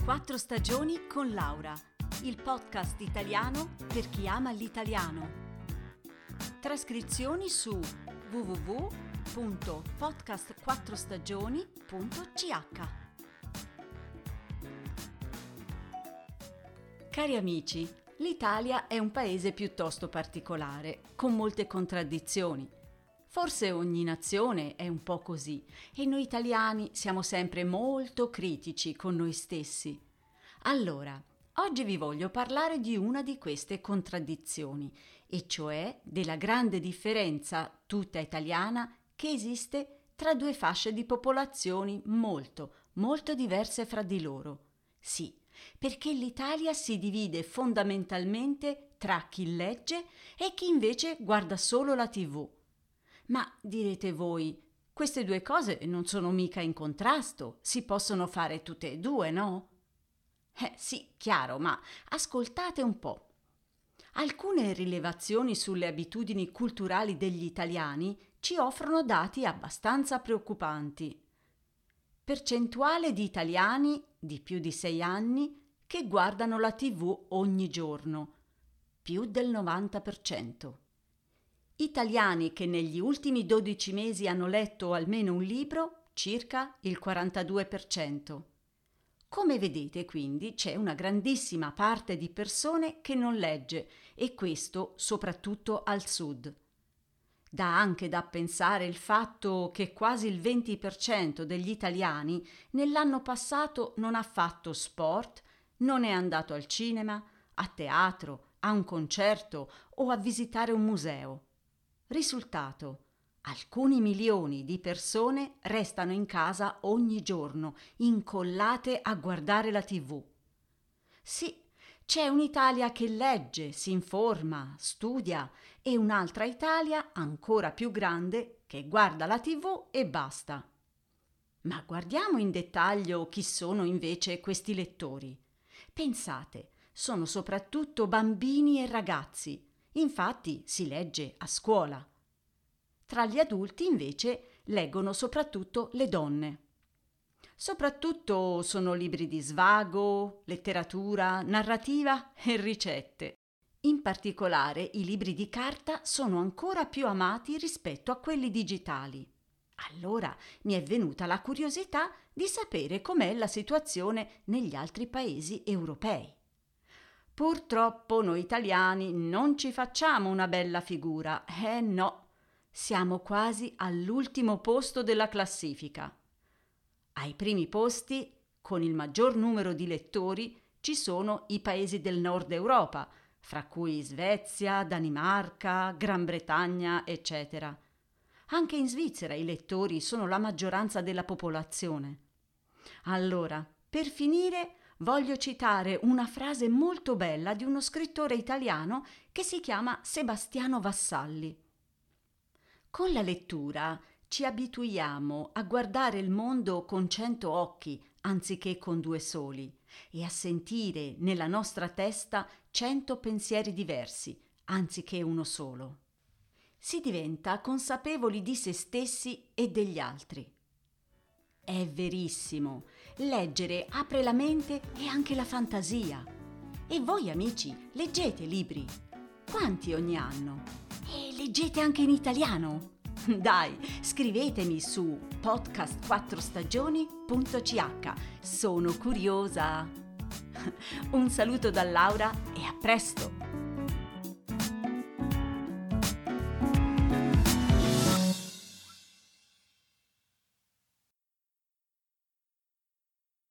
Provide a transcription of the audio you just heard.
Quattro stagioni con Laura, il podcast italiano per chi ama l'italiano. Trascrizioni su www.podcastquattrostagioni.ch. Cari amici, l'Italia è un paese piuttosto particolare, con molte contraddizioni. Forse ogni nazione è un po' così e noi italiani siamo sempre molto critici con noi stessi. Allora, oggi vi voglio parlare di una di queste contraddizioni, e cioè della grande differenza tutta italiana che esiste tra due fasce di popolazioni molto diverse fra di loro. Sì, perché l'Italia si divide fondamentalmente tra chi legge e chi invece guarda solo la TV. Ma direte voi, queste due cose non sono mica in contrasto, si possono fare tutte e due, no? Sì, chiaro, ma ascoltate un po'. Alcune rilevazioni sulle abitudini culturali degli italiani ci offrono dati abbastanza preoccupanti. Percentuale di italiani di più di 6 anni che guardano la TV ogni giorno, più del 90%. Italiani che negli ultimi 12 mesi hanno letto almeno un libro, circa il 42%. Come vedete, quindi, c'è una grandissima parte di persone che non legge, e questo soprattutto al sud. Dà anche da pensare il fatto che quasi il 20% degli italiani nell'anno passato non ha fatto sport, non è andato al cinema, a teatro, a un concerto o a visitare un museo. Risultato: alcuni milioni di persone restano in casa ogni giorno, incollate a guardare la TV. Sì, c'è un'Italia che legge, si informa, studia, e un'altra Italia ancora più grande che guarda la TV e basta. Ma guardiamo in dettaglio chi sono invece questi lettori. Pensate, sono soprattutto bambini e ragazzi. Infatti si legge a scuola. Tra gli adulti invece leggono soprattutto le donne. Soprattutto sono libri di svago, letteratura, narrativa e ricette. In particolare i libri di carta sono ancora più amati rispetto a quelli digitali. Allora mi è venuta la curiosità di sapere com'è la situazione negli altri paesi europei. Purtroppo noi italiani non ci facciamo una bella figura, no, siamo quasi all'ultimo posto della classifica. Ai primi posti, con il maggior numero di lettori, ci sono i paesi del nord Europa, fra cui Svezia, Danimarca, Gran Bretagna, eccetera. Anche in Svizzera i lettori sono la maggioranza della popolazione. Allora, per finire, voglio citare una frase molto bella di uno scrittore italiano che si chiama Sebastiano Vassalli. Con la lettura ci abituiamo a guardare il mondo con 100 occhi anziché con 2 soli e a sentire nella nostra testa 100 pensieri diversi anziché uno solo. Si diventa consapevoli di se stessi e degli altri. È verissimo, leggere apre la mente e anche la fantasia. E voi amici, leggete libri? Quanti ogni anno? E leggete anche in italiano? Dai, scrivetemi su podcastquattrostagioni.ch. Sono curiosa. Un saluto da Laura e a presto!